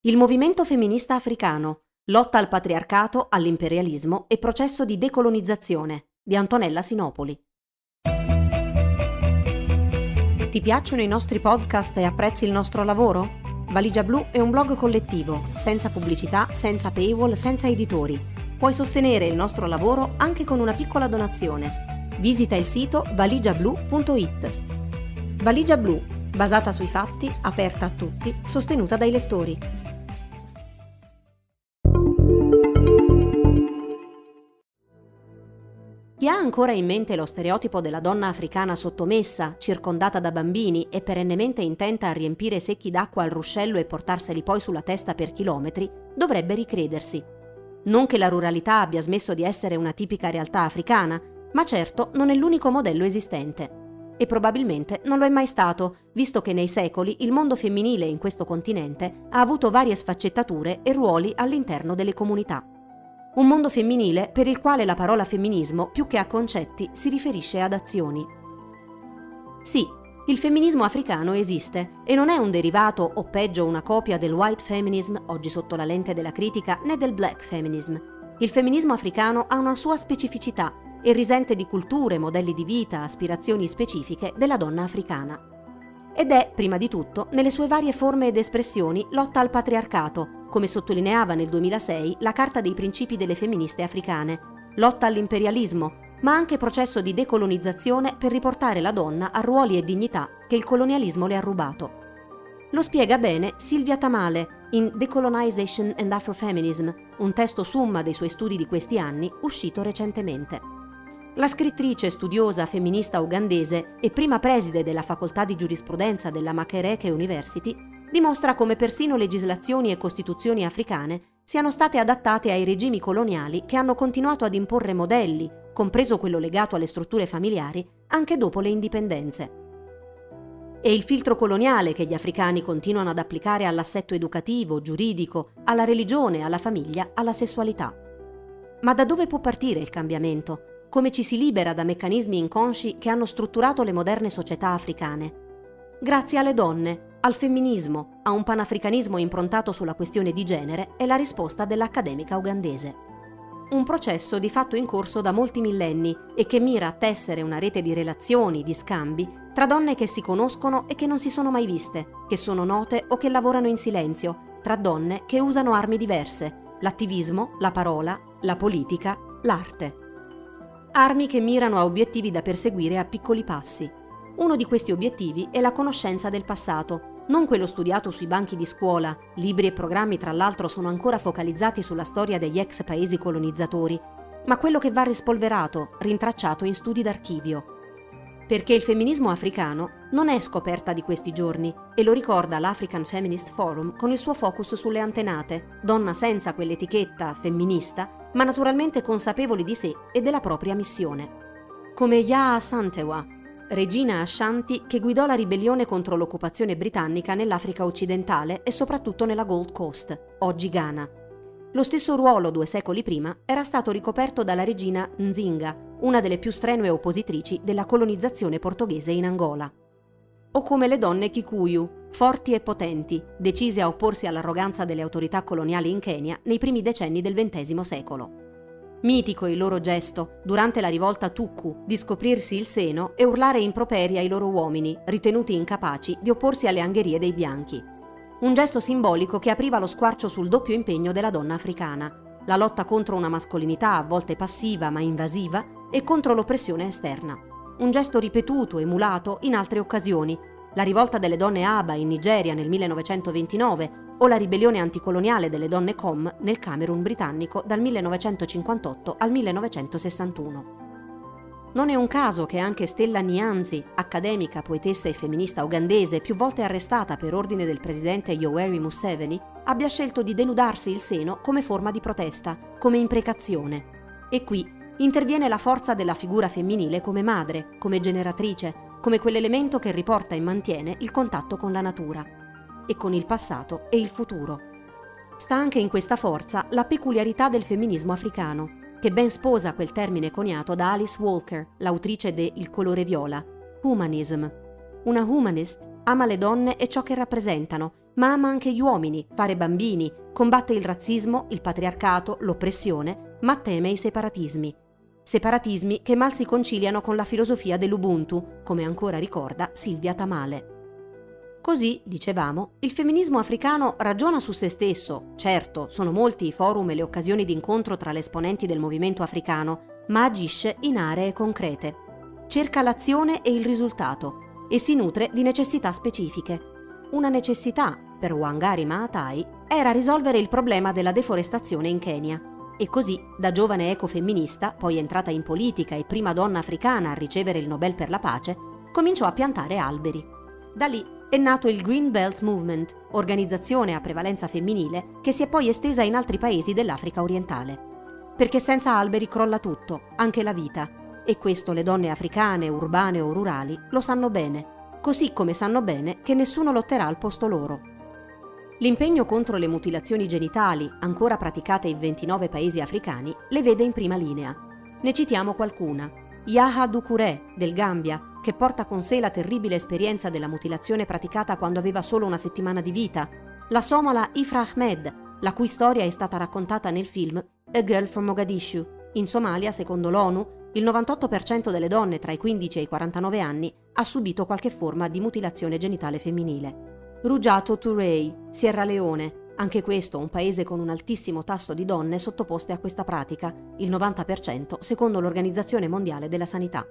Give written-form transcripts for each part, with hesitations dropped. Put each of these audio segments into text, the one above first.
Il movimento femminista africano, lotta al patriarcato, all'imperialismo e processo di decolonizzazione di Antonella Sinopoli. Ti piacciono i nostri podcast e apprezzi il nostro lavoro? Valigia Blu è un blog collettivo, senza pubblicità, senza paywall, senza editori. Puoi sostenere il nostro lavoro anche con una piccola donazione. Visita il sito valigiablu.it. Valigia Blu, basata sui fatti, aperta a tutti, sostenuta dai lettori. Chi ha ancora in mente lo stereotipo della donna africana sottomessa, circondata da bambini e perennemente intenta a riempire secchi d'acqua al ruscello e portarseli poi sulla testa per chilometri, dovrebbe ricredersi. Non che la ruralità abbia smesso di essere una tipica realtà africana, ma certo non è l'unico modello esistente. E probabilmente non lo è mai stato, visto che nei secoli il mondo femminile in questo continente ha avuto varie sfaccettature e ruoli all'interno delle comunità. Un mondo femminile per il quale la parola femminismo, più che a concetti, si riferisce ad azioni. Sì, il femminismo africano esiste e non è un derivato o peggio una copia del white feminism, oggi sotto la lente della critica, né del black feminism. Il femminismo africano ha una sua specificità e risente di culture, modelli di vita, aspirazioni specifiche della donna africana. Ed è, prima di tutto, nelle sue varie forme ed espressioni, lotta al patriarcato, come sottolineava nel 2006 la Carta dei Principi delle Femministe Africane, lotta all'imperialismo, ma anche processo di decolonizzazione per riportare la donna a ruoli e dignità che il colonialismo le ha rubato. Lo spiega bene Silvia Tamale in Decolonization and Afrofeminism, un testo summa dei suoi studi di questi anni, uscito recentemente. La scrittrice studiosa femminista ugandese e prima preside della facoltà di giurisprudenza della Makerere University dimostra come persino legislazioni e costituzioni africane siano state adattate ai regimi coloniali che hanno continuato ad imporre modelli, compreso quello legato alle strutture familiari, anche dopo le indipendenze. È il filtro coloniale che gli africani continuano ad applicare all'assetto educativo, giuridico, alla religione, alla famiglia, alla sessualità. Ma da dove può partire il cambiamento? Come ci si libera da meccanismi inconsci che hanno strutturato le moderne società africane? Grazie alle donne, al femminismo, a un panafricanismo improntato sulla questione di genere è la risposta dell'accademica ugandese. Un processo di fatto in corso da molti millenni e che mira a tessere una rete di relazioni, di scambi, tra donne che si conoscono e che non si sono mai viste, che sono note o che lavorano in silenzio, tra donne che usano armi diverse, l'attivismo, la parola, la politica, l'arte. Armi che mirano a obiettivi da perseguire a piccoli passi. Uno di questi obiettivi è la conoscenza del passato, non quello studiato sui banchi di scuola, libri e programmi tra l'altro sono ancora focalizzati sulla storia degli ex paesi colonizzatori, ma quello che va rispolverato, rintracciato in studi d'archivio. Perché il femminismo africano non è scoperta di questi giorni e lo ricorda l'African Feminist Forum con il suo focus sulle antenate, donna senza quell'etichetta femminista, ma naturalmente consapevoli di sé e della propria missione. Come Yaa Asantewaa, regina Ashanti che guidò la ribellione contro l'occupazione britannica nell'Africa occidentale e soprattutto nella Gold Coast, oggi Ghana. Lo stesso ruolo 2 secoli prima era stato ricoperto dalla regina Nzinga, una delle più strenue oppositrici della colonizzazione portoghese in Angola. O come le donne Kikuyu, forti e potenti, decise a opporsi all'arroganza delle autorità coloniali in Kenya nei primi decenni del XX secolo. Mitico il loro gesto, durante la rivolta Tukku, di scoprirsi il seno e urlare improperi ai loro uomini, ritenuti incapaci di opporsi alle angherie dei bianchi. Un gesto simbolico che apriva lo squarcio sul doppio impegno della donna africana, la lotta contro una mascolinità a volte passiva ma invasiva e contro l'oppressione esterna. Un gesto ripetuto, emulato in altre occasioni, la rivolta delle donne Aba in Nigeria nel 1929 o la ribellione anticoloniale delle donne Com nel Camerun britannico dal 1958 al 1961. Non è un caso che anche Stella Nyanzi, accademica, poetessa e femminista ugandese, più volte arrestata per ordine del presidente Yoweri Museveni, abbia scelto di denudarsi il seno come forma di protesta, come imprecazione. E qui interviene la forza della figura femminile come madre, come generatrice, come quell'elemento che riporta e mantiene il contatto con la natura, e con il passato e il futuro. Sta anche in questa forza la peculiarità del femminismo africano, che ben sposa quel termine coniato da Alice Walker, l'autrice de Il colore viola, humanism. Una humanist ama le donne e ciò che rappresentano, ma ama anche gli uomini, fare bambini, combatte il razzismo, il patriarcato, l'oppressione, ma teme i separatismi. Separatismi che mal si conciliano con la filosofia dell'Ubuntu, come ancora ricorda Silvia Tamale. Così, dicevamo, il femminismo africano ragiona su se stesso. Certo, sono molti i forum e le occasioni di incontro tra le esponenti del movimento africano, ma agisce in aree concrete. Cerca l'azione e il risultato e si nutre di necessità specifiche. Una necessità, per Wangari Maathai, era risolvere il problema della deforestazione in Kenya. E così, da giovane ecofemminista, poi entrata in politica e prima donna africana a ricevere il Nobel per la pace, cominciò a piantare alberi. Da lì è nato il Green Belt Movement, organizzazione a prevalenza femminile che si è poi estesa in altri paesi dell'Africa orientale. Perché senza alberi crolla tutto, anche la vita, e questo le donne africane, urbane o rurali, lo sanno bene, così come sanno bene che nessuno lotterà al posto loro. L'impegno contro le mutilazioni genitali, ancora praticate in 29 paesi africani, le vede in prima linea. Ne citiamo qualcuna. Yaha Doucouré, del Gambia, che porta con sé la terribile esperienza della mutilazione praticata quando aveva solo una settimana di vita. La somala Ifrah Ahmed, la cui storia è stata raccontata nel film A Girl from Mogadishu. In Somalia, secondo l'ONU, il 98% delle donne tra i 15 e i 49 anni ha subito qualche forma di mutilazione genitale femminile. Rujato Touré, Sierra Leone, anche questo un paese con un altissimo tasso di donne sottoposte a questa pratica, il 90% secondo l'Organizzazione Mondiale della Sanità.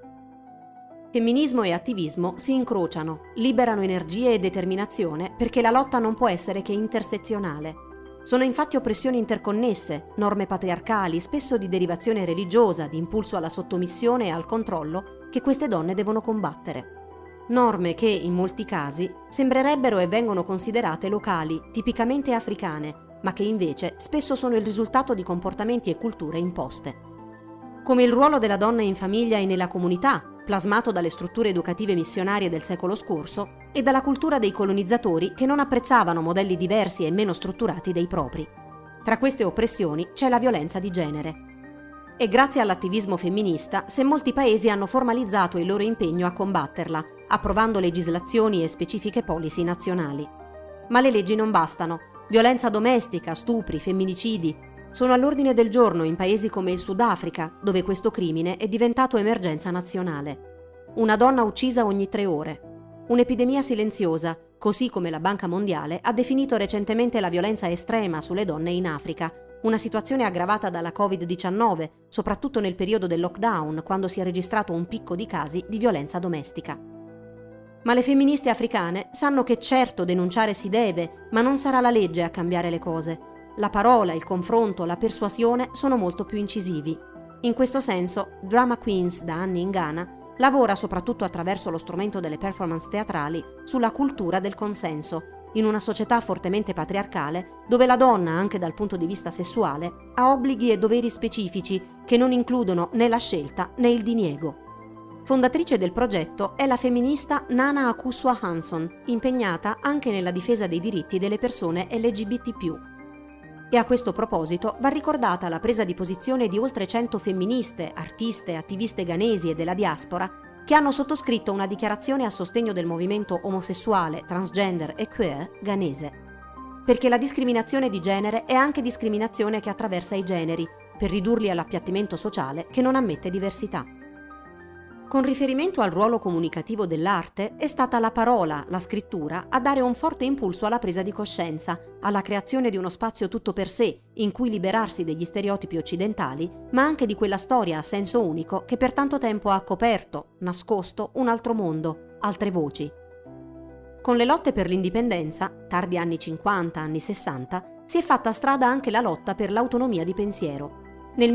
Femminismo e attivismo si incrociano, liberano energie e determinazione perché la lotta non può essere che intersezionale. Sono infatti oppressioni interconnesse, norme patriarcali, spesso di derivazione religiosa, di impulso alla sottomissione e al controllo, che queste donne devono combattere. Norme che, in molti casi, sembrerebbero e vengono considerate locali, tipicamente africane, ma che invece spesso sono il risultato di comportamenti e culture imposte. Come il ruolo della donna in famiglia e nella comunità, plasmato dalle strutture educative missionarie del secolo scorso e dalla cultura dei colonizzatori che non apprezzavano modelli diversi e meno strutturati dei propri. Tra queste oppressioni c'è la violenza di genere. È grazie all'attivismo femminista se molti paesi hanno formalizzato il loro impegno a combatterla, approvando legislazioni e specifiche policy nazionali. Ma le leggi non bastano. Violenza domestica, stupri, femminicidi sono all'ordine del giorno in paesi come il Sudafrica, dove questo crimine è diventato emergenza nazionale. Una donna uccisa ogni 3 ore. Un'epidemia silenziosa, così come la Banca Mondiale ha definito recentemente la violenza estrema sulle donne in Africa, una situazione aggravata dalla Covid-19, soprattutto nel periodo del lockdown, quando si è registrato un picco di casi di violenza domestica. Ma le femministe africane sanno che certo denunciare si deve, ma non sarà la legge a cambiare le cose. La parola, il confronto, la persuasione sono molto più incisivi. In questo senso, Drama Queens, da anni in Ghana, lavora soprattutto attraverso lo strumento delle performance teatrali sulla cultura del consenso, in una società fortemente patriarcale dove la donna, anche dal punto di vista sessuale, ha obblighi e doveri specifici che non includono né la scelta né il diniego. Fondatrice del progetto è la femminista Nana Akosua-Hanson, impegnata anche nella difesa dei diritti delle persone LGBT+. E a questo proposito va ricordata la presa di posizione di oltre 100 femministe, artiste, attiviste ghanesi e della diaspora che hanno sottoscritto una dichiarazione a sostegno del movimento omosessuale, transgender e queer ghanese. Perché la discriminazione di genere è anche discriminazione che attraversa i generi, per ridurli all'appiattimento sociale che non ammette diversità. Con riferimento al ruolo comunicativo dell'arte, è stata la parola, la scrittura, a dare un forte impulso alla presa di coscienza, alla creazione di uno spazio tutto per sé, in cui liberarsi degli stereotipi occidentali, ma anche di quella storia a senso unico che per tanto tempo ha coperto, nascosto un altro mondo, altre voci. Con le lotte per l'indipendenza, tardi anni 50, anni 60, si è fatta strada anche la lotta per l'autonomia di pensiero. Nel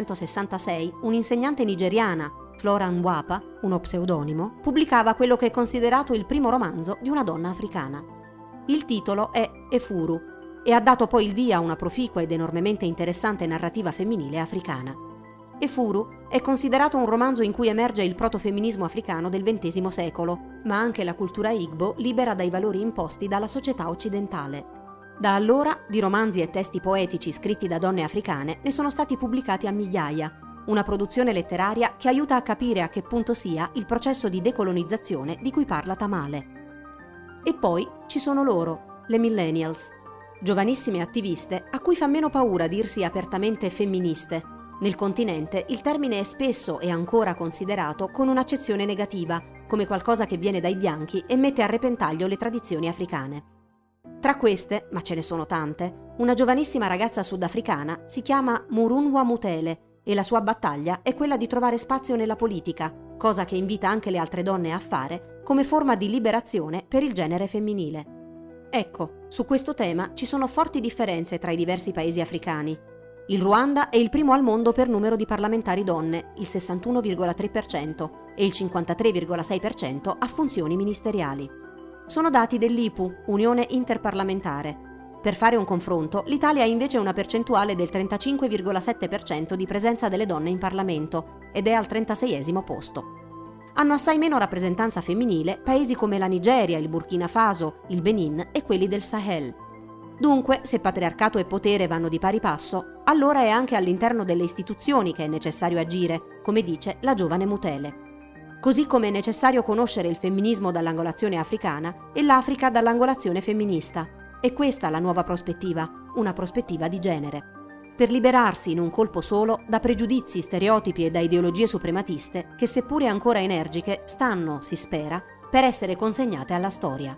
1966, un'insegnante nigeriana, Flora Nwapa, uno pseudonimo, pubblicava quello che è considerato il primo romanzo di una donna africana. Il titolo è Efuru e ha dato poi il via a una proficua ed enormemente interessante narrativa femminile africana. Efuru è considerato un romanzo in cui emerge il protofemminismo africano del XX secolo, ma anche la cultura Igbo libera dai valori imposti dalla società occidentale. Da allora, di romanzi e testi poetici scritti da donne africane ne sono stati pubblicati a migliaia, una produzione letteraria che aiuta a capire a che punto sia il processo di decolonizzazione di cui parla Tamale. E poi ci sono loro, le millennials, giovanissime attiviste a cui fa meno paura dirsi apertamente femministe. Nel continente il termine è spesso e ancora considerato con un'accezione negativa, come qualcosa che viene dai bianchi e mette a repentaglio le tradizioni africane. Tra queste, ma ce ne sono tante, una giovanissima ragazza sudafricana si chiama Murunwa Mutele e la sua battaglia è quella di trovare spazio nella politica, cosa che invita anche le altre donne a fare come forma di liberazione per il genere femminile. Ecco, su questo tema ci sono forti differenze tra i diversi paesi africani. Il Ruanda è il primo al mondo per numero di parlamentari donne, il 61,3%, e il 53,6% a funzioni ministeriali. Sono dati dell'IPU, Unione Interparlamentare. Per fare un confronto, l'Italia ha invece una percentuale del 35,7% di presenza delle donne in Parlamento ed è al 36esimo posto. Hanno assai meno rappresentanza femminile paesi come la Nigeria, il Burkina Faso, il Benin e quelli del Sahel. Dunque, se patriarcato e potere vanno di pari passo, allora è anche all'interno delle istituzioni che è necessario agire, come dice la giovane Mutele. Così come è necessario conoscere il femminismo dall'angolazione africana e l'Africa dall'angolazione femminista. E questa la nuova prospettiva, una prospettiva di genere. Per liberarsi in un colpo solo da pregiudizi, stereotipi e da ideologie suprematiste che, seppure ancora energiche, stanno, si spera, per essere consegnate alla storia.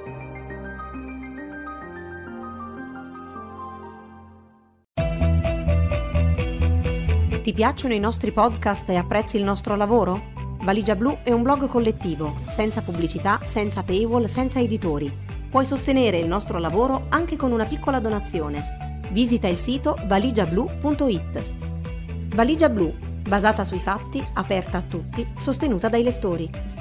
Ti piacciono i nostri podcast e apprezzi il nostro lavoro? Valigia Blu è un blog collettivo, senza pubblicità, senza paywall, senza editori. Puoi sostenere il nostro lavoro anche con una piccola donazione. Visita il sito valigiablu.it. Valigia Blu, basata sui fatti, aperta a tutti, sostenuta dai lettori.